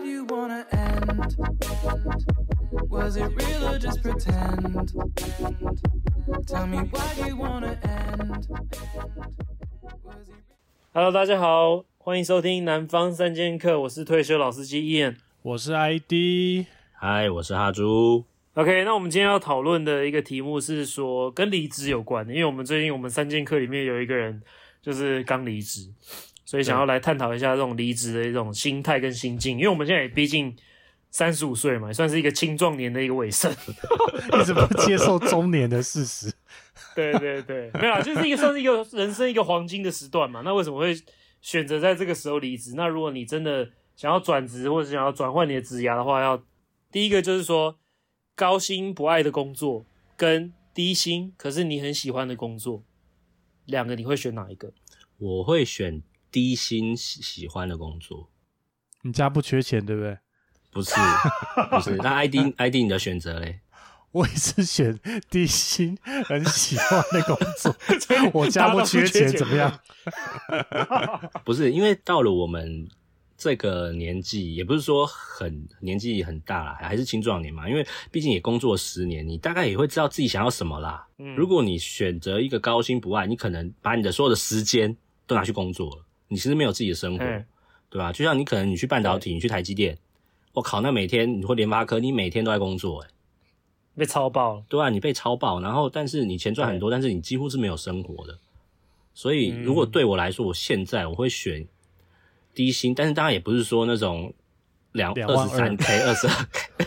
why do you wanna end? Was it real or just pretend? Tell me why do you wanna end? Hello， 大家好，欢迎收听南方三剑客，我是退休老司机 Ian， 我是 ID， 嗨，我是哈猪。 OK， 那我们今天要讨论的一个题目是说跟离职有关的，因为我们最近我们三剑客里面有一个人就是刚离职，所以想要来探讨一下这种离职的一种心态跟心境，因为我们现在也毕竟35岁嘛，也算是一个青壮年的一个尾声， 一直不接受中年的事实。 对对对，没有啦，就是算是一个人生一个黄金的时段嘛。那为什么会选择在这个时候离职？那如果你真的想要转职或者想要转换你的职涯的话，第一个就是说高薪不爱的工作跟低薪可是你很喜欢的工作，两个你会选哪一个？ 我会选低薪喜欢的工作。 你家不缺钱对不对？ 不是，不是。那 ID 你的选择嘞？ 我也是选低薪很喜欢的工作。我家不缺钱怎么样？ 不是，因为到了我们这个年纪，也不是说年纪很大啦，还是青壮年嘛。因为毕竟也工作10年，你大概也会知道自己想要什么啦。如果你选择一个高薪不爱，你可能把你的所有的时间都拿去工作了，你其实没有自己的生活，对吧？就像你可能你去半导体，你去台积电，我靠，那每天你或联发科，你每天都在工作， 被超爆了。 对啊，你被超爆，然后但是你钱赚很多，但是你几乎是没有生活的。所以如果对我来说，我现在我会选低薪，但是当然也不是说那种23K 22K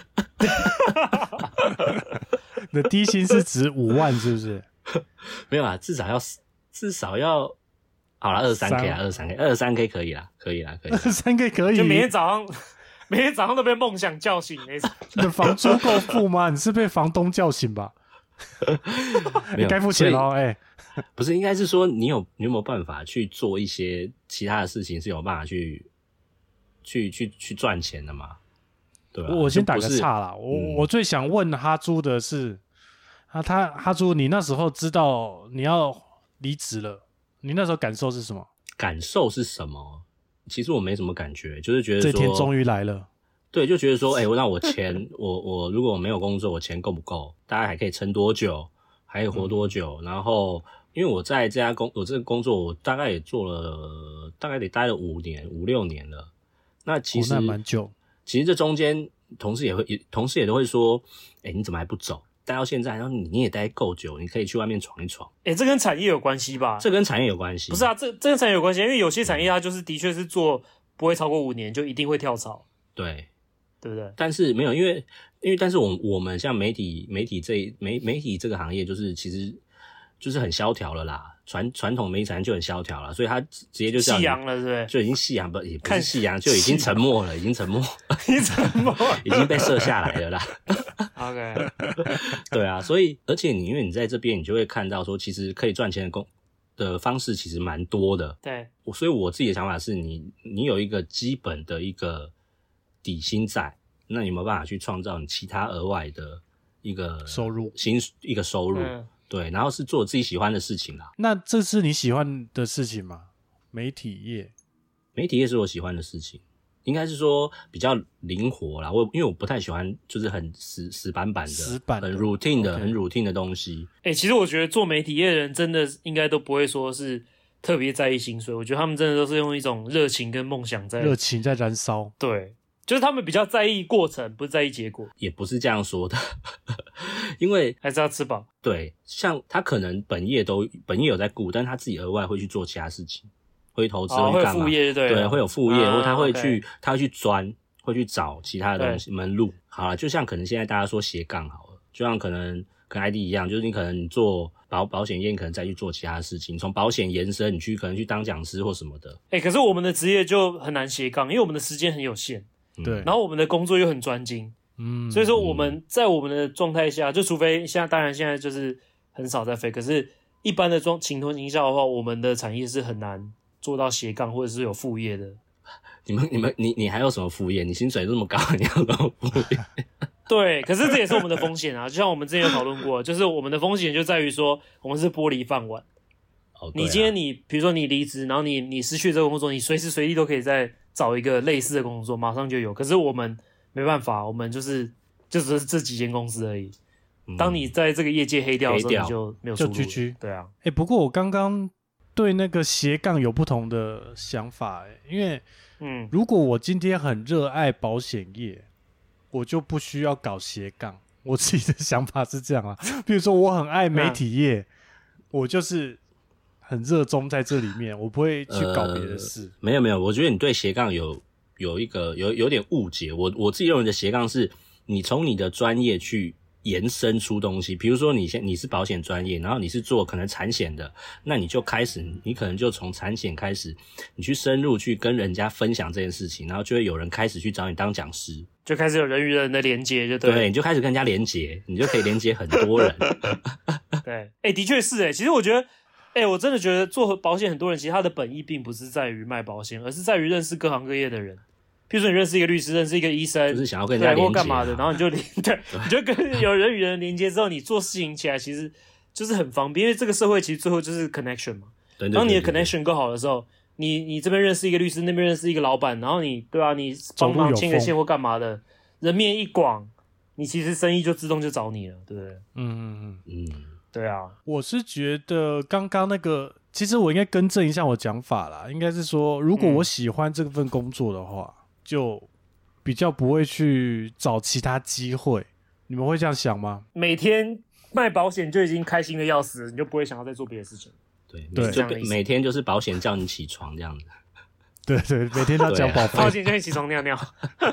你的低薪是指5万是不是？ 没有啦，至少要好啦 23K 啦 23K 可以啦 23K 可以， 就每天早上都被梦想叫醒那种。 你的房租够付吗？你是被房东叫醒吧？你该付钱咯不是，应该是说你有没有办法去做一些其他的事情，是有办法去赚钱的嘛？对吧？ 我先打个岔啦，我最想问哈猪的是，哈猪，你那时候知道你要离职了，你那时候感受是什么？ 感受是什么？其实我没什么感觉，就是觉得说这天终于来了。 对，就觉得说，那我钱，我如果没有工作，我钱够不够？大概还可以撑多久？还可以活多久？然后，因为我在我这个工作，我大概也做了，大概得待了5六年了。那其实， 那蛮久。 其实这中间，同事也都会说，你怎么还不走？待到现在，然后你也待够久，你可以去外面闯一闯。 这跟产业有关系吧？ 这跟产业有关系。不是啊，这跟产业有关系，因为有些产业它就是的确是做不会超过5年就一定会跳槽。 对。 对不对？ 但是没有，因为但是我们像媒体这个行业，就是其实就是很萧条了啦，传统媒体产业就很萧条了，所以它直接就夕阳了，是不是？ 就已经夕阳也不是夕阳，就已经沉没了，已经沉没，已经被射下来了啦。 OK， 对啊，所以而且因为你在这边，你就会看到说，其实可以赚钱的方式其实蛮多的。 对， 所以我自己的想法是你有一个基本的一个底薪在，那你有没有办法去创造你其他额外的一个收入， 一个收入？对，然后是做自己喜欢的事情啦。 那这是你喜欢的事情吗？媒体业是我喜欢的事情，应该是说比较灵活啦。因为我不太喜欢就是很死板的、很 routine 的、很 routine 的东西。 其实我觉得做媒体业的人真的应该都不会说是特别在意薪水，我觉得他们真的都是用一种热情跟梦想在燃烧。 对。就是他们比较在意过程，不是在意结果。 也不是这样说的，因为还是要吃饱。 对，像他可能本业有在顾，但是他自己额外会去做其他事情，会投资，会干嘛？ 会有副业， 对，会有副业，或他会去会去找其他的东西门路。好啦，就像可能现在大家说斜杠好了，就像可能跟 ID 一样，就是你可能做保险业，你可能再去做其他事情，从保险延伸，你可能去当讲师或什么的。 可是我们的职业就很难斜杠，因为我们的时间很有限。 对， 然后我们的工作又很专精，所以说我们在我们的状态下，就除非当然现在就是很少在飞，可是一般的情况营销的话，我们的产业是很难做到斜杠或者是有副业的。 你还有什么副业？你薪水这么高，你要什么副业？ 对，可是这也是我们的风险啊，就像我们之前有讨论过，就是我们的风险就在于说，我们是玻璃饭碗。你今天比如说你离职，然后你失去这个工作，你随时随地都可以再找一个类似的工作，马上就有。可是我们没办法，我们就只是这几间公司而已。当你在这个业界黑掉的时候，你就没有出路了。 就 GG。 对啊， 不过我刚刚对那个斜杠有不同的想法，因为如果我今天很热爱保险业，我就不需要搞斜杠。我自己的想法是这样啊，比如说我很爱媒体业，我就是很热衷在这里面，我不会去搞别的事。 没有，我觉得你对斜杠有点误解。我自己认为的斜杠是你从你的专业去延伸出东西，比如说你是保险专业，然后你是做可能产险的，那你可能就从产险开始，你去深入去跟人家分享这件事情，然后就会有人开始去找你当讲师， 就开始有人与人的连接，就对，你就开始跟人家连接，你就可以连接很多人。 对，的确是其实我觉得，我真的觉得做保险很多人其实他的本意并不是在于卖保险，而是在于认识各行各业的人。譬如说你认识一个律师，认识一个医生， 就是想要跟人家连接或干嘛的，然后你就你就跟有人与人连接之后，你做事情起来其实就是很方便，因为这个社会其实最后就是 connection 嘛。 对， 当你的 connection 够好的时候，你这边认识一个律师，那边认识一个老板，然后你帮忙牵个线或干嘛的，人面一广，你其实生意就自动就找你了，对不对？对啊。 我是觉得刚刚那个，其实我应该更正一下我讲法啦，应该是说，如果我喜欢这份工作的话，就比较不会去找其他机会。你们会这样想吗？ 每天卖保险就已经开心的要死了，你就不会想要再做别的事情。 对，就每天就是保险叫你起床这样子。 对，每天都要交保费。 保险叫你起床尿尿。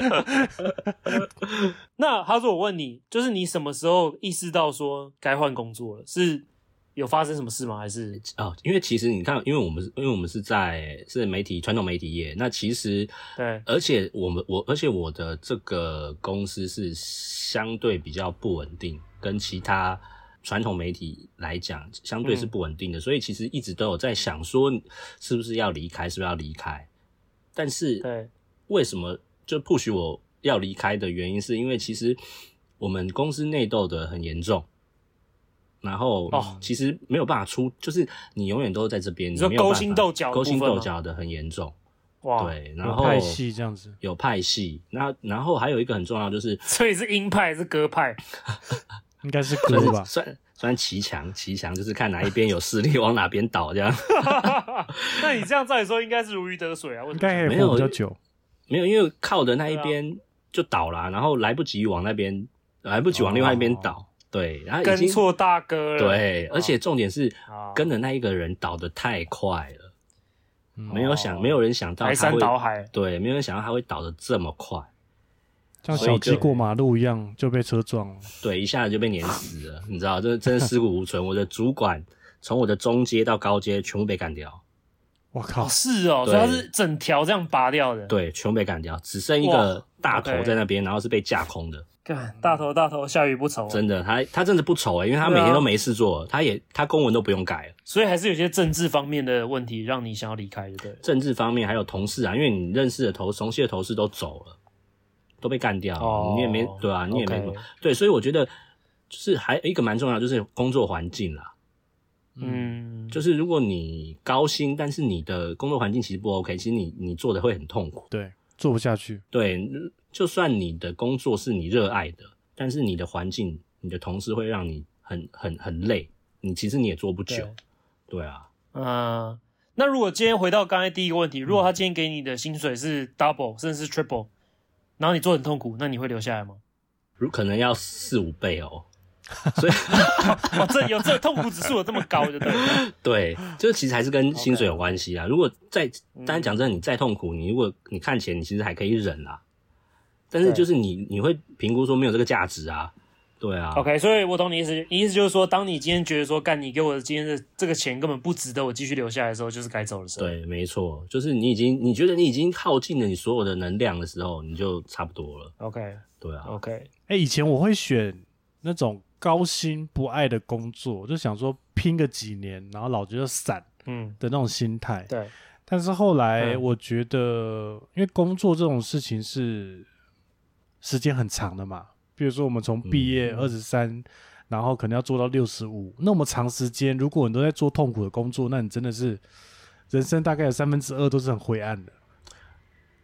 那哈说，我问你，就是你什么时候意识到说该换工作了？是有发生什么事吗？还是因为其实你看，因为我们是传统媒体业，那其实对， 而且我的这个公司是相对比较不稳定，跟其他传统媒体来讲相对是不稳定的，所以其实一直都有在想说是不是要离开，但是对， 为什么就push我要离开的原因是因为其实我们公司内斗的很严重，然后其实没有办法就是你永远都在这边，你没有办法勾心斗角的很严重。 哇， 对，然后有派系这样子， 有派系，然后还有一个很重要就是， 所以是鹰派是鸽派， 应该是鸽吧？ 算骑墙就是看哪一边有势力往哪边倒这样。 那你这样照理说应该是如鱼得水啊？为什么？ 应该可以活比较久。 没有，因为靠的那一边就倒了，然后来不及往另外一边倒。对，然后跟错大哥了。 对，而且重点是跟的那一个人倒得太快了，没有人想到他会排山倒海。 对，没有人想到他会倒得这么快。 像小鸡过马路一样就被车撞了， 对，一下子就被碾死了，你知道，这真的尸骨无存。我的主管从我的中阶到高阶全部被干掉。 我靠， 是哦，所以他是整条这样拔掉的。 对，全部被干掉，只剩一个大头在那边，然后是被架空的。 干大头，下雨不愁。 真的，他真的不愁因为他每天都没事做，他公文都不用改了。 所以还是有些政治方面的问题让你想要离开，对不对？ 政治方面还有同事因为你认识的熟悉的同事都走了。都被干掉了，你也没对啊，你也没对，所以我觉得就是还有一个蛮重要，就是工作环境啦。就是如果你高薪，但是你的工作环境其实不 OK， 其实你做的会很痛苦， 对，做不下去。 对，就算你的工作是你热爱的，但是你的环境、你的同事会让你很累，其实你也做不久。对啊， 那如果今天回到刚才第一个问题，如果他今天给你的薪水是 double 甚至是 triple。然后你做很痛苦，那你会留下来吗？ 可能要4-5倍哦。所以有这痛苦指数有这么高，就对了。 对，就是其实还是跟薪水有关系啦。如果当然讲真的，你再痛苦，如果你看钱，你其实还可以忍啦。但是就是你会评估说没有这个价值啊。对啊。 OK， 所以我懂你意思。你意思就是说，当你今天觉得说，干你给我的今天的这个钱根本不值得我继续留下来的时候，就是该走的时候。 对，没错，就是你觉得你已经耗尽了你所有的能量的时候，你就差不多了。 OK， 对啊。 OK， 以前我会选那种高薪不爱的工作，就想说拼个几年，然后老子就散，的那种心态。 对。 但是后来我觉得，因为工作这种事情是时间很长的嘛。比如说我们从毕业23，然后可能要做到65，那么长时间，如果你都在做痛苦的工作，那你真的是人生大概有2/3都是很灰暗的。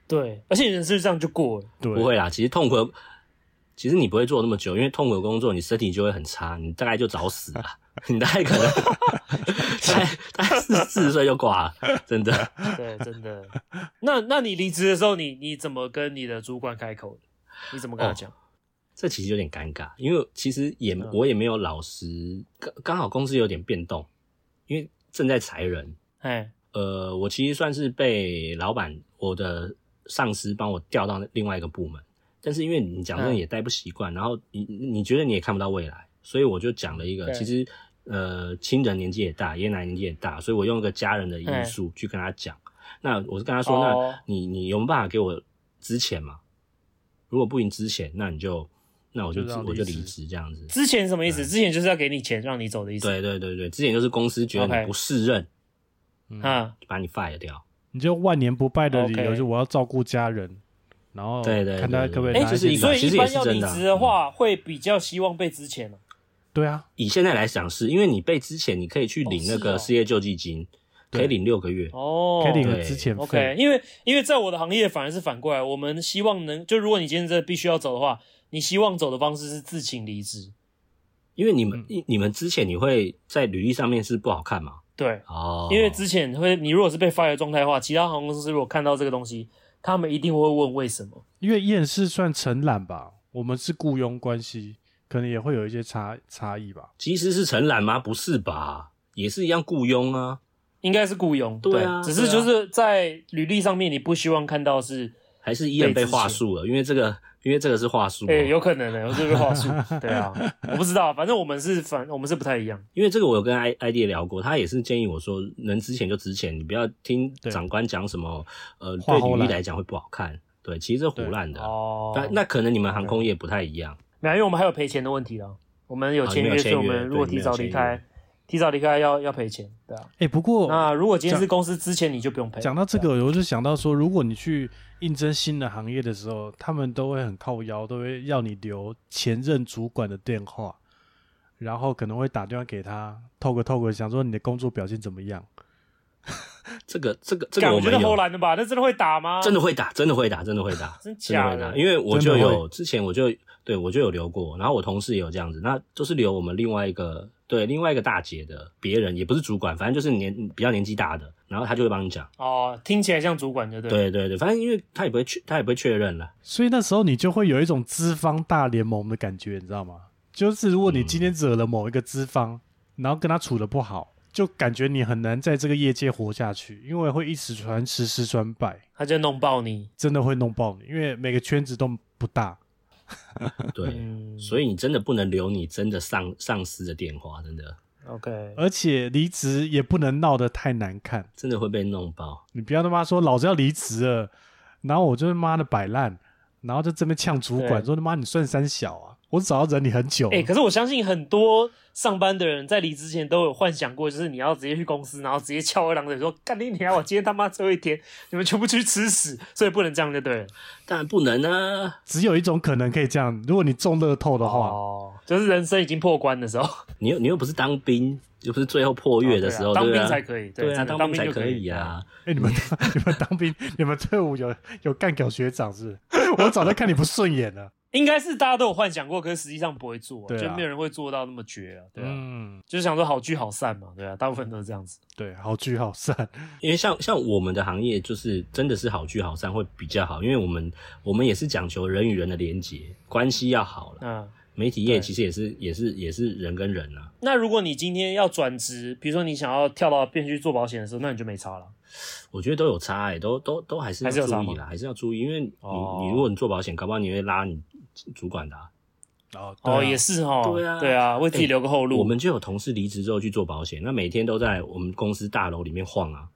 对，而且人生这样就过了。 对， 不会啦，其实你不会做那么久，因为痛苦的工作你身体就会很差，你大概就早死了。你大概可能大概40岁就挂了，真的。 对，真的。那你离职的时候，你怎么跟你的主管开口的？你怎么跟他讲？ 这其实有点尴尬，因为其实我也没有老实，刚好公司有点变动，因为正在裁人。我其实算是被老板我的上司帮我调到另外一个部门，但是因为你讲真的也待不习惯，然后你觉得你也看不到未来，所以我就讲了一个，其实亲人年纪也大，爷爷奶奶年纪也大，所以我用一个家人的因素去跟他讲。那我是跟他说，那你有没有办法给我资遣嘛？如果不行资遣，那我就离职这样子。 之前什么意思？之前就是要给你钱让你走的意思。 对，之前就是公司觉得你不适任，就把你 fire 掉。 你就万年不败的理由，就我要照顾家人，然后看他可不可以拿一些。 所以一般要离职的话，会比较希望被资遣。 对啊， 以现在来讲是因为你被资遣，你可以去领那个失业救济金，可以领6个月可以领个资遣费。 OK， 因为在我的行业反而是反过来，我们希望就如果你今天真的必须要走的话，你希望走的方式是自请离职， 因为你们之前你会在履历上面是不好看嘛？ 对，因为之前你如果是被 fire 的状态的话，其他航空公司如果看到这个东西，他们一定会问为什么。 因为验视算承揽吧，我们是雇佣关系，可能也会有一些差异吧。 其实是承揽吗？不是吧？也是一样雇佣啊。 应该是雇佣， 对啊， 只是就是在履历上面，你不希望看到是还是一样被话术了，因为这个是话术， 有可能我这个话术，对啊，我不知道，反正我们是不太一样。 因为这个我有跟 ID 聊过，他也是建议我说，能之前就之前，你不要听长官讲什么，对履历来讲会不好看，对，其实是胡乱的。那可能你们航空业不太一样， 没有，因为我们还有赔钱的问题啦，我们有签约，所以我们如果提早离开要赔钱，对啊。 不过那如果今天是公司之前你就不用赔。 讲到这个，我就想到说，如果你去应征新的行业的时候，他们都会很靠腰，都会要你留前任主管的电话，然后可能会打电话给他，透个，想说你的工作表现怎么样。 这个我觉得齁懒的吧？那真的会打吗？ 真的会打，真假的？ 因为我就有之前我就有留过，然后我同事也有这样子，那都是留我们另外一个大姐的别人，也不是主管，反正就是比较年纪大的，然后他就会帮你讲。 听起来像主管就对。 对，反正因为他也不会确认了， 所以那时候你就会有一种资方大联盟的感觉，你知道吗？就是如果你今天惹了某一个资方，然后跟他处得不好，就感觉你很难在这个业界活下去，因为会一时传十，十传百， 他就弄爆你， 真的会弄爆你，因为每个圈子都不大。 对，所以你真的不能留你真的上司的电话，真的。 OK， 而且离职也不能闹得太难看， 真的会被弄爆。 你不要他妈说老子要离职了，然后我就他妈的摆烂，然后就这边呛主管说他妈你算三小啊，我早要忍你很久。 可是我相信很多上班的人在离之前都有幻想过，就是你要直接去公司，然后直接翘二郎腿说干你娘！我今天他妈最后一天，你们全部去吃屎，所以不能这样就对了。 当然不能啊， 只有一种可能可以这样，如果你中乐透的话， 就是人生已经破关的时候， 你又不是当兵，又不是最后破月的时候， 当兵才可以， 对啊，当兵才可以啊。 你们当兵，你们队伍有干屌学长是？我早就看你不顺眼了。 应该是大家都有幻想过，可是实际上不会做，就没有人会做到那么绝啊，对啊，就是想说好聚好散嘛，对啊，大部分都是这样子， 对，好聚好散。 因为像我们的行业，就是真的是好聚好散会比较好，因为我们也是讲求人与人的连结，关系要好了。媒体业其实也是人跟人啊。 那如果你今天要转职，比如说你想要跳到变去做保险的时候，那你就没差了。 我觉得都有差都还是要注意啦，还是要注意，因为你如果你做保险，搞不好你会拉你主管的也是对啊， 为自己留个后路。 我们就有同事离职之后去做保险，那每天都在我们公司大楼里面晃啊。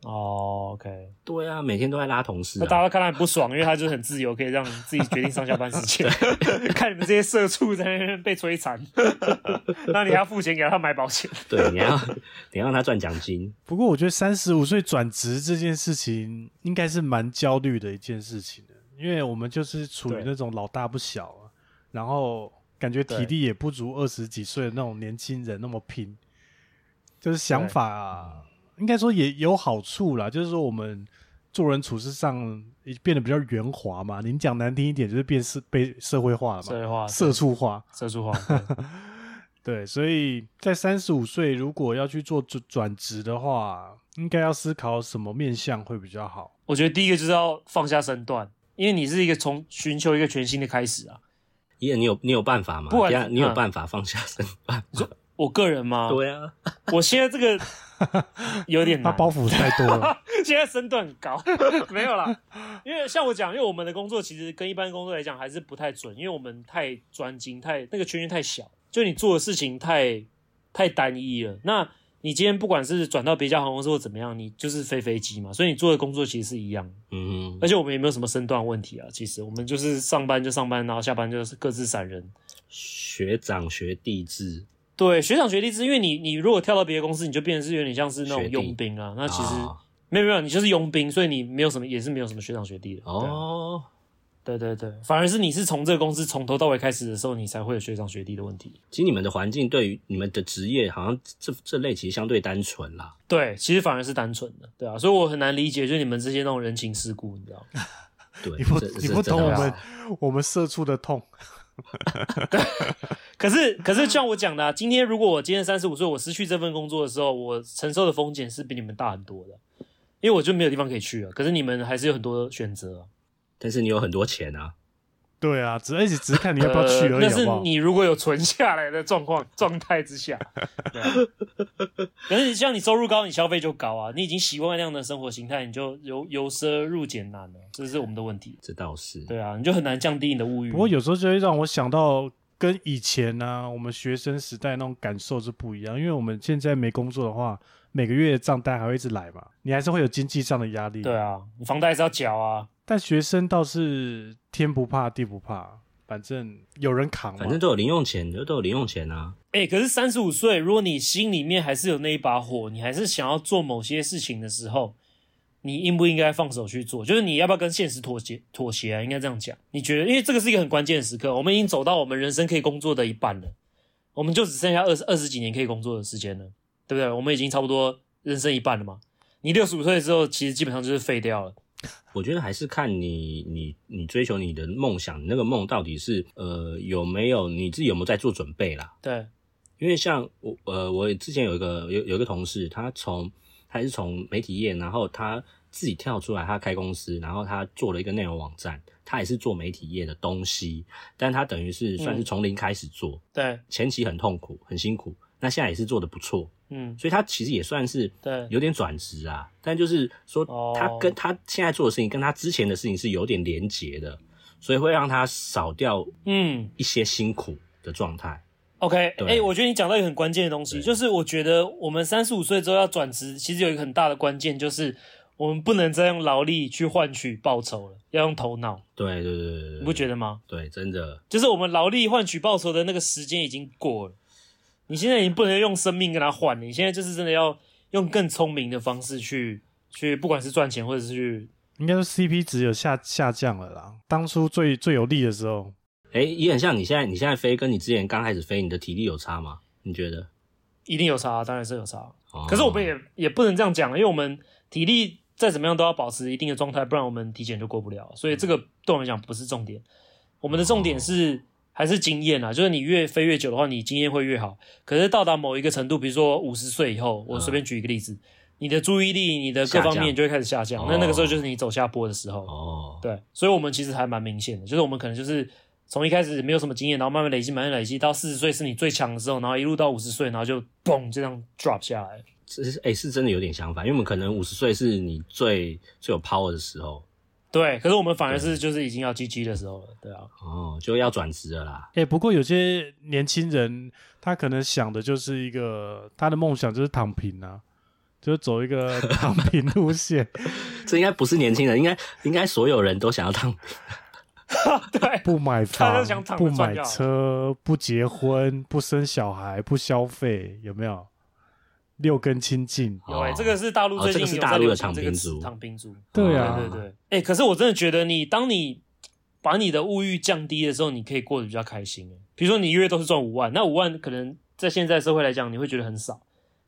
OK， 对啊，每天都在拉同事。 那大家看他很不爽，因为他就是很自由，可以让自己决定上下班时间。看你们这些社畜在那边被摧残，那你还要付钱给他买保险。 对，你要让他赚奖金。 不过我觉得35岁转职这件事情应该是蛮焦虑的一件事情的，因为我们就是处于那种老大不小啊，然后感觉体力也不如20几岁的那种年轻人那么拼，就是想法应该说也有好处啦，就是说我们做人处事上变得比较圆滑嘛。你讲难听一点，就是被社会化了嘛， 社会化、 社畜化、 社畜化。 对，所以在35岁如果要去做转职的话，应该要思考什么面向会比较好。 我觉得第一个就是要放下身段，因为你是一个寻求一个全新的开始啊。 伊恩，你有办法吗？ 不然你有办法放下身段吗？ 我个人吗？ 对啊， 我现在这个有点难， 他包袱太多了。 现在身段很高，没有啦。因为像我讲，因为我们的工作其实跟一般工作来讲还是不太准，因为我们太专精，那个圈圈太小，就你做的事情太单一了。那你今天不管是转到别家航空公司或怎么样，你就是飞机嘛，所以你做的工作其实是一样的。 嗯， 而且我们也没有什么身段问题啊，其实我们就是上班就上班，然后下班就是各自闪人。 学长学弟制。 对，学长学弟制，因为你如果跳到别的公司，你就变成是有点像是那种佣兵啊。那其实、没有，你就是佣兵，所以你没有什么，也是没有什么学长学弟的。哦，对，反而是你是从这个公司从头到尾开始的时候，你才会有学长学弟的问题。 其实你们的环境对于你们的职业，好像这类其实相对单纯啦。 对，其实反而是单纯的，对啊，所以我很难理解，就你们这些那种人情世故，你知道吗？ 对， 你不懂我们社畜的痛。 可是像我讲的啊，今天如果我今天35岁，我失去这份工作的时候，我承受的风险是比你们大很多的，因为我就没有地方可以去了。可是你们还是有很多选择啊。 但是你有很多钱啊。 对啊，只是看你要不要去而已， 那是你如果有存下来的状态之下。对啊，可是像你收入高，你消费就高啊，你已经习惯那样的生活形态，你就由奢入俭难了，这是我们的问题。 这倒是。 对啊，你就很难降低你的物欲。 不过有时候就会让我想到，跟以前啊我们学生时代那种感受是不一样，因为我们现在没工作的话，每个月的账单还会一直来嘛，你还是会有经济上的压力。 对啊，你房贷还是要缴啊。 但学生倒是天不怕地不怕，反正有人扛嘛， 反正都有零用钱啊。 可是35岁，如果你心里面还是有那一把火，你还是想要做某些事情的时候，你应不应该放手去做？就是你要不要跟现实妥协啊？应该这样讲。你觉得？因为这个是一个很关键的时刻，我们已经走到我们人生可以工作的一半了，我们就只剩下二十几年可以工作的时间了，对不对？我们已经差不多人生一半了嘛。你65岁之后，其实基本上就是废掉了。 我觉得还是看你追求你的梦想，你那个梦到底是有没有你自己有没有在做准备啦？ 对， 因为像我之前有一个同事，他是从媒体业，然后他自己跳出来，他开公司，然后他做了一个内容网站，他也是做媒体业的东西，但他等于是算是从零开始做， 对， 前期很痛苦很辛苦，那现在也是做得不错。所以他其实也算是有点转职啊，但就是说他跟他现在做的事情跟他之前的事情是有点连结的，所以会让他少掉一些辛苦的状态。 OK， 我觉得你讲到一个很关键的东西，就是我觉得我们35岁之后要转职，其实有一个很大的关键，就是我们不能再用劳力去换取报酬了，要用头脑。 对， 你不觉得吗？ 对，真的，就是我们劳力换取报酬的那个时间已经过了。你现在已经不能用生命跟他换了，你现在就是真的要用更聪明的方式去，不管是赚钱或者是去， 应该说 CP 值有下降了啦。当初最有利的时候， 也很像你现在飞，跟你之前刚开始飞，你的体力有差吗？你觉得？ 一定有差，当然是有差。可是我们也不能这样讲，因为我们体力再怎么样都要保持一定的状态，不然我们体检就过不了。所以这个对我们来讲不是重点，我们的重点是。还是经验啊，就是你越飞越久的话，你经验会越好。可是到达某一个程度，比如说50岁以后，我随便举一个例子，你的注意力、你的各方面就会开始下降。那个时候就是你走下坡的时候。对，所以我们其实还蛮明显的，就是我们可能就是从一开始没有什么经验，然后慢慢累积，到40岁是你最强的时候，然后一路到50岁，然后就嘣这样 drop 下来。 是真的有点相反，因为我们可能50岁是你最有 power 的时候。 对，可是我们反而是就是已经要 GG 的时候了，对啊。 就要转职了啦。 不过有些年轻人他可能想的就是一个他的梦想就是躺平啊，就是走一个躺平路线。 这应该不是年轻人，应该所有人都想要躺平。 对， 不买房，不买车，不结婚，不生小孩，不消费，有没有？6根清净。 有这个是大陆最近有在流行这个词，躺平族。 对啊， 对。可是我真的觉得当你把你的物欲降低的时候，你可以过得比较开心。比如说你一月都是赚5万，那5万可能在现在社会来讲你会觉得很少，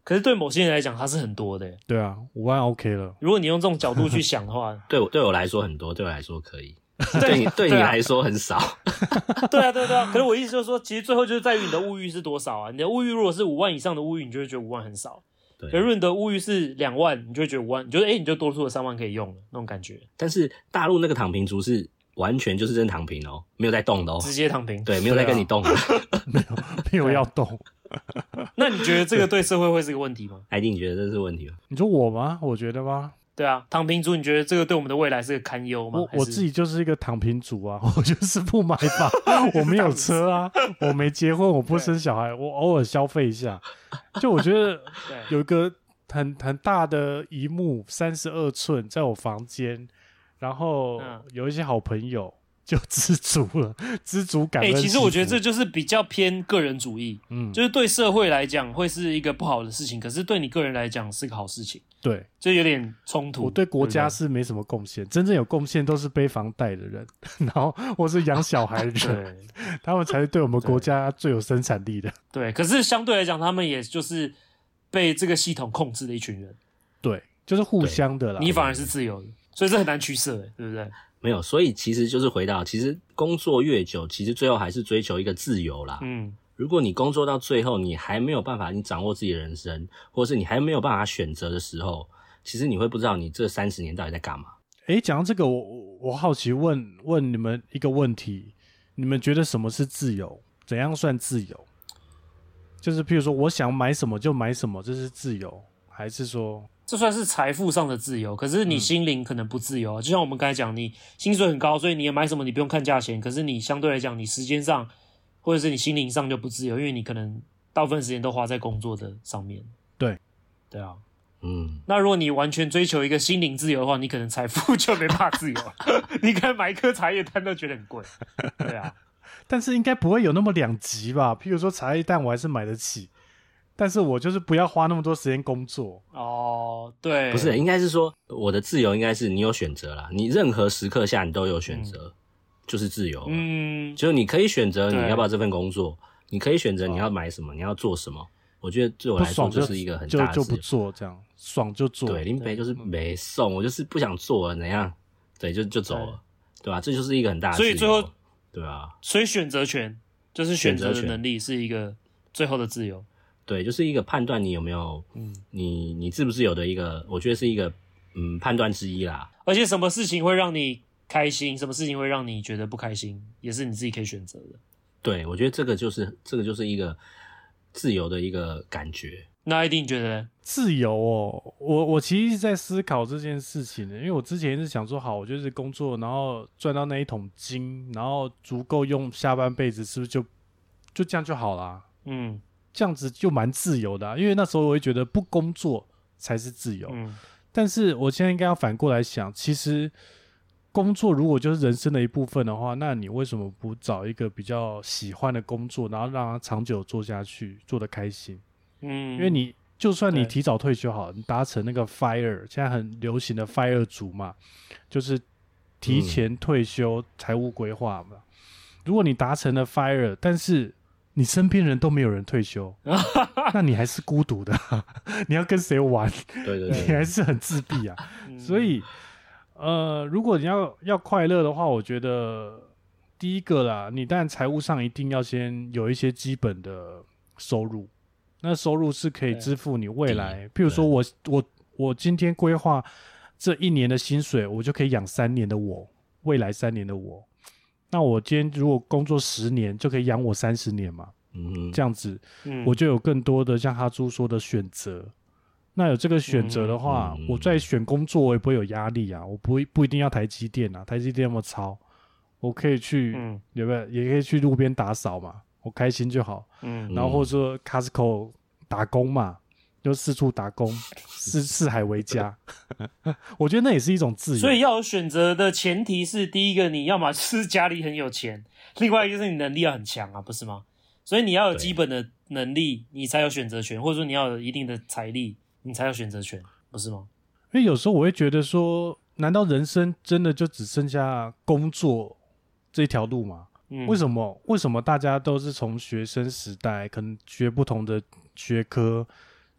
可是对某些人来讲，它是很多的。 对啊，5万 OK 了。 如果你用这种角度去想的话， 对我来说很多，对我来说可以，对你来说很少。 对啊。可是我意思就是说，其实最后就是在于你的物欲是多少啊。你的物欲如果是5万以上的物欲，你就会觉得5万很少。 对， 可是如果你的物欲是2万，你就会觉得5万，你觉得你就多出了3万可以用了那种感觉。 但是大陆那个躺平族是完全就是真躺平哦，没有在动的哦， 直接躺平。 对，没有在跟你动的， 没有要动。 那你觉得这个对社会会是个问题吗？ 艾迪，你觉得这是问题吗？ 你说我吗？我觉得吗？ 对啊，躺平族，你觉得这个对我们的未来是个堪忧吗？ 我自己就是一个躺平族啊，我就是不买房，我没有车啊，我没结婚，我不生小孩，我偶尔消费一下。就我觉得有一个很大的萤幕，32寸，在我房间，然后有一些好朋友。就知足了，知足感恩。 其实我觉得这就是比较偏个人主义，就是对社会来讲会是一个不好的事情，可是对你个人来讲是个好事情。 对， 就有点冲突。 我对国家是没什么贡献，真正有贡献都是背房贷的人，然后或是养小孩的人，他们才是对我们国家最有生产力的。 对，可是相对来讲，他们也就是被这个系统控制的一群人。 对，就是互相的啦。 你反而是自由的，所以这很难取舍，对不对？ 没有，所以其实就是回到，其实工作越久，其实最后还是追求一个自由啦。如果你工作到最后，你还没有办法，你掌握自己的人生，或是你还没有办法选择的时候，其实你会不知道你这30年到底在干嘛。 讲到这个，我好奇问你们一个问题：你们觉得什么是自由？怎样算自由？就是譬如说，我想买什么就买什么，这是自由，还是说？ 这算是财富上的自由，可是你心灵可能不自由。就像我们刚才讲，你薪水很高，所以你也买什么你不用看价钱，可是你相对来讲，你时间上或者是你心灵上就不自由，因为你可能大部分时间都花在工作的上面。对啊，那如果你完全追求一个心灵自由的话，你可能财富就没办法自由了。你可能买一颗茶叶蛋都觉得很贵。对啊， 但是应该不会有那么两极吧？譬如说茶叶蛋我还是买得起。但是我就是不要花那么多时间工作对， 不是，应该是说我的自由应该是你有选择啦，你任何时刻下你都有选择，就是自由。就是你可以选择你要不要这份工作，你可以选择你要买什么，你要做什么。我觉得对我来说就是一个很大的自由， 就不做这样，爽就做。 对，林北就是没送，我就是不想做了，怎样？对，就走了，对吧？这就是一个很大的自由。 所以最后， 对啊， 所以选择权就是选择的能力是一个最后的自由。 对，就是一个判断你有没有，你自不自由的一个，我觉得是一个判断之一啦。 而且什么事情会让你开心，什么事情会让你觉得不开心，也是你自己可以选择的。 对，我觉得这个就是一个自由的一个感觉。 那一定觉得自由哦，我其实在思考这件事情的，因为我之前是想说，好，我就是工作，然后赚到那一桶金，然后足够用下半辈子，是不是就这样就好啦？这样子就蛮自由的因为那时候我会觉得不工作才是自由。但是我现在应该要反过来想，其实工作如果就是人生的一部分的话，那你为什么不找一个比较喜欢的工作，然后让它长久做下去，做得开心？因为你就算你提早退休好了，你达成那个 FIRE， 现在很流行的 FIRE 族嘛，就是提前退休财务规划嘛。如果你达成了 FIRE， 但是你身边人都没有人退休，那你还是孤独的你要跟谁玩？ 对， 你还是很自闭啊。所以，如果你要快乐的话，我觉得第一个啦，你当然财务上一定要先有一些基本的收入，那收入是可以支付你未来。譬如说我今天规划这1年的薪水，我就可以养3年的我，未来3年的我。那我今天如果工作10年，就可以养我30年嘛。这样子，我就有更多的像哈猪说的选择。那有这个选择的话，我在选工作我也不会有压力啊。我不一定要台积电啊，台积电那么糙，我可以去，有没有？也可以去路边打扫嘛，我开心就好。然后或者说 Costco 打工嘛，就四处打工，四海为家。我觉得那也是一种自由。 所以要有选择的前提是，第一个你要么是家里很有钱，另外一个就是你能力要很强啊，不是吗？所以你要有基本的能力，你才有选择权，或者说你要有一定的财力，你才有选择权，不是吗？ 因为有时候我会觉得说，难道人生真的就只剩下工作这条路吗？为什么大家都是从学生时代可能学不同的学科，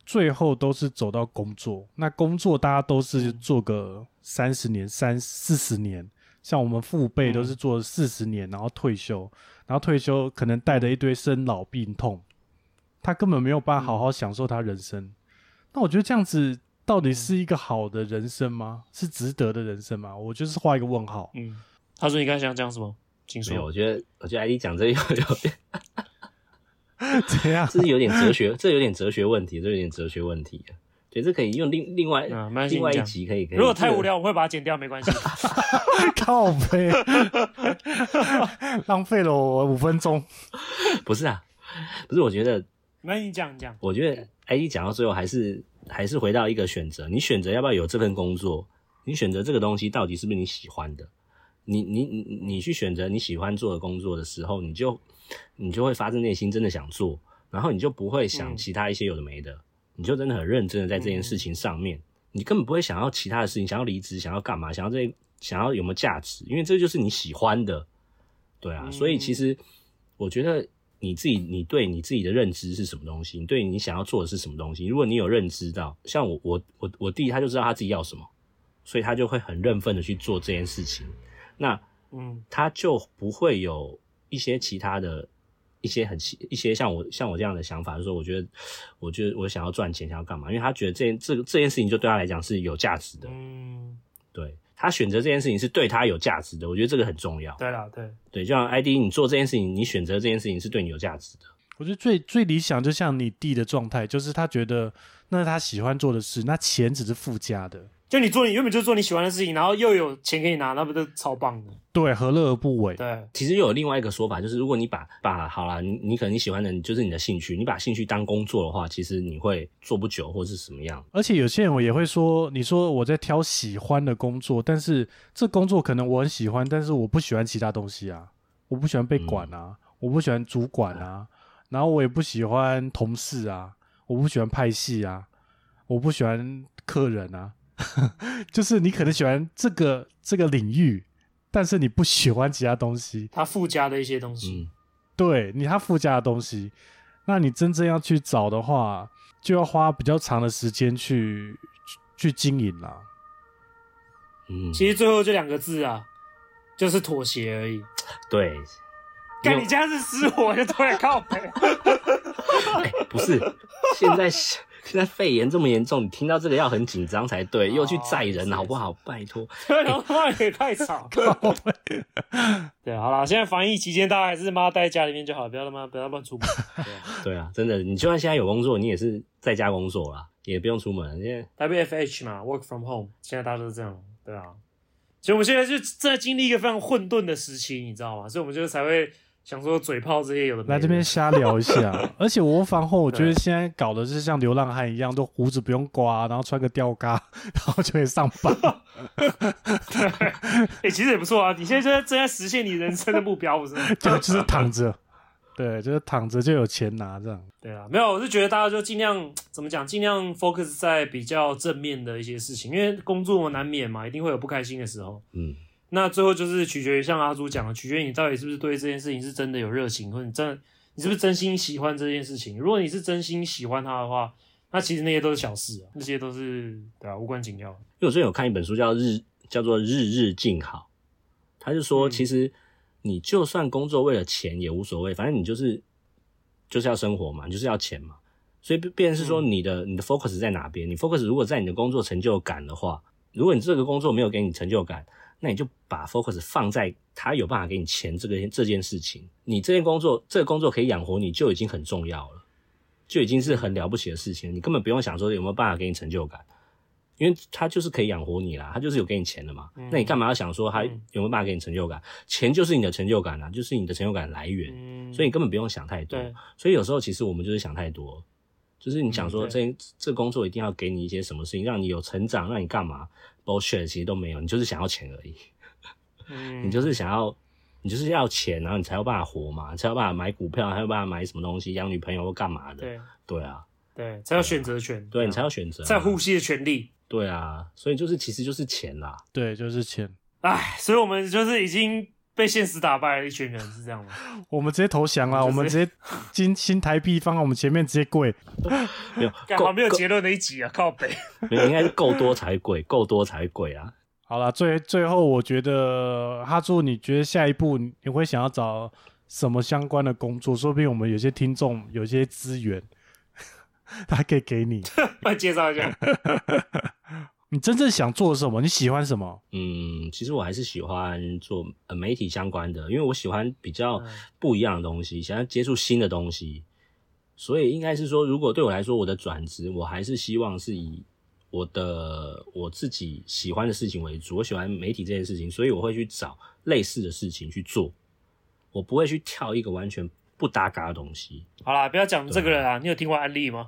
最后都是走到工作。那工作大家都是做个30年、40年，像我们父辈都是做40年，然后退休，然后退休可能带着一堆生老病痛，他根本没有办法好好享受他人生。那我觉得这样子到底是一个好的人生吗？是值得的人生吗？我就是画一个问号。 他说你刚才想讲什么？请说。 没有，我觉得 ID 讲这有点怎样？ 这有点哲学，这有点哲学问题，这有点哲学问题。对，这可以用另外一集可以。 如果太无聊，我会把它剪掉，没关系。 靠北，浪费了我5分钟。 不是啊，不是，我觉得， 那你讲。 我觉得 ID 讲到最后还是回到一个选择，你选择要不要有这份工作，你选择这个东西到底是不是你喜欢的。你去选择你喜欢做的工作的时候，你就会发自内心真的想做，然后你就不会想其他一些有的没的，你就真的很认真的在这件事情上面，你根本不会想要其他的事情，想要离职，想要干嘛，想要有没有价值，因为这就是你喜欢的，对啊，所以其实我觉得你对你自己的认知是什么东西，你对你想要做的是什么东西，如果你有认知到，像我弟他就知道他自己要什么，所以他就会很认份的去做这件事情。那他就不会有一些其他的一些像我这样的想法，就是说我觉得我想要赚钱，想要干嘛？因为他觉得这件事情就对他来讲是有价值的。对，他选择这件事情是对他有价值的，我觉得这个很重要。 对啦， 对，就像 ID 你做这件事情，你选择这件事情是对你有价值的。 我觉得最理想就像你弟的状态，就是他觉得那是他喜欢做的事，那钱只是附加的。 就你原本就做你喜欢的事情，然后又有钱可以拿，那不就超棒的？ 对，何乐而不为？ 对， 其实又有另外一个说法，就是如果你把好啦，你可能你喜欢的就是你的兴趣，你把兴趣当工作的话，其实你会做不久或是什么样。 而且有些人我也会说，你说我在挑喜欢的工作，但是这工作可能我很喜欢，但是我不喜欢其他东西啊，我不喜欢被管啊，我不喜欢主管啊，然后我也不喜欢同事啊，我不喜欢派系啊，我不喜欢客人啊。就是你可能喜欢这个领域，但是你不喜欢其他东西， 它附加的一些东西。 对，它附加的东西，那你真正要去找的话，就要花比较长的时间去经营啦。 其实最后这2个字啊，就是妥协而已。 对， 干你家是失火就突然靠北。 不是，现在肺炎这么严重，你听到这个要很紧张才对，又去载人好不好？拜托， 然后他也太吵。对，好啦，现在防疫期间，大家还是待在家里面就好，不要乱出门。 对啊，真的，你就算现在有工作，你也是在家工作啦，也不用出门。因为 WFH 嘛 ，Work from Home， 现在大家都是这样，对啊。所以我们现在就正在经历一个非常混沌的时期，你知道吗？所以我们就才会想说嘴炮这些有的没的， 来这边瞎聊一下。而且我房后，我觉得现在搞的是像流浪汉一样，都胡子不用刮，然后穿个吊嘎，然后就可以上班。 对，其实也不错啊。你现在正在实现你人生的目标，不是吗？ 就是躺着，对，就是躺着就有钱拿这样。 对啊，没有，我是觉得大家就尽量怎么讲，尽量 focus 在比较正面的一些事情，因为工作难免嘛，一定会有不开心的时候。那最后就是取决于像阿朱讲的，取决于你到底是不是对这件事情是真的有热情，或者你是不是真心喜欢这件事情。如果你是真心喜欢它的话，那其实那些都是小事啊，那些都是对啊无关紧要的。 因为我最近有看一本书叫做《日日静好》，他就说其实你就算工作为了钱也无所谓，反正你就是要生活嘛，你就是要钱嘛。所以变成是说你的 focus 在哪边？你 focus 如果在你的工作成就感的话，如果你这个工作没有给你成就感，那你就把 focus 放在他有办法给你钱这件事情。你这个工作可以养活你就已经很重要了，就已经是很了不起的事情了。你根本不用想说有没有办法给你成就感，因为他就是可以养活你啦，他就是有给你钱的嘛。那你干嘛要想说他有没有办法给你成就感？钱就是你的成就感啊，就是你的成就感来源。所以你根本不用想太多。所以有时候其实我们就是想太多，就是你想说这工作一定要给你一些什么事情，让你有成长，让你干嘛 bullshit 其实都没有，你就是想要钱而已。你就是要钱，然后你才有办法活嘛，你才有办法买股票，才有办法买什么东西，养女朋友或干嘛的。对啊， 对，才有选择权。 对，你才有选择， 才有呼吸的权利。 对啊，所以其实就是钱啦。 对，就是钱。 所以我们就是已经被现实打败了一群人，是这样吗？ 我们直接投降了，我们直接金新台币放在我们前面直接跪。 干嘛没有结论的一集啊？靠北， 应该是够多才跪，够多才跪啊。 好啦，最后我觉得哈猪，你觉得下一步你会想要找什么相关的工作？说不定我们有些听众有些资源，他可以给你。 快介绍一下。 你真正想做什么？你喜欢什么？ 其实我还是喜欢做媒体相关的，因为我喜欢比较不一样的东西，想要接触新的东西。所以应该是说，如果对我来说，我的转职，我还是希望是以我自己喜欢的事情为主。我喜欢媒体这件事情，所以我会去找类似的事情去做，我不会去跳一个完全不搭嘎的东西。 好啦，不要讲这个了啦，你有听过安利吗？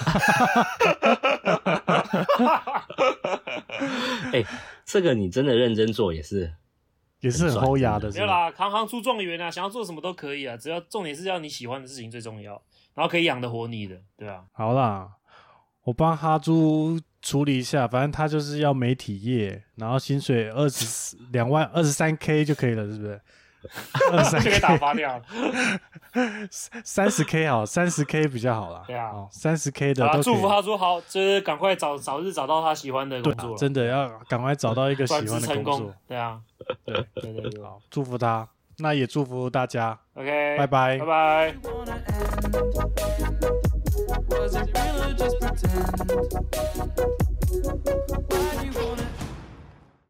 这个你真的认真做也是很齁牙的。 没有啦，行行出状元啊，想要做什么都可以啊，只要重点是要你喜欢的事情最重要，然后可以养得活你的，对吧？ 好啦，我帮哈猪处理一下，反正他就是要媒体业，然后薪水23K 就可以了，是不是？23K 就可以打发掉了。 30K 好，30K 比较好啦。 对啊 ，30K 的都可以。 祝福他说好，就是赶快早日找到他喜欢的工作。 真的要赶快找到一个喜欢的工作。 对啊，对。 好，祝福他，那也祝福大家。 OK， 拜拜， 拜拜。 Was it real or just pretend?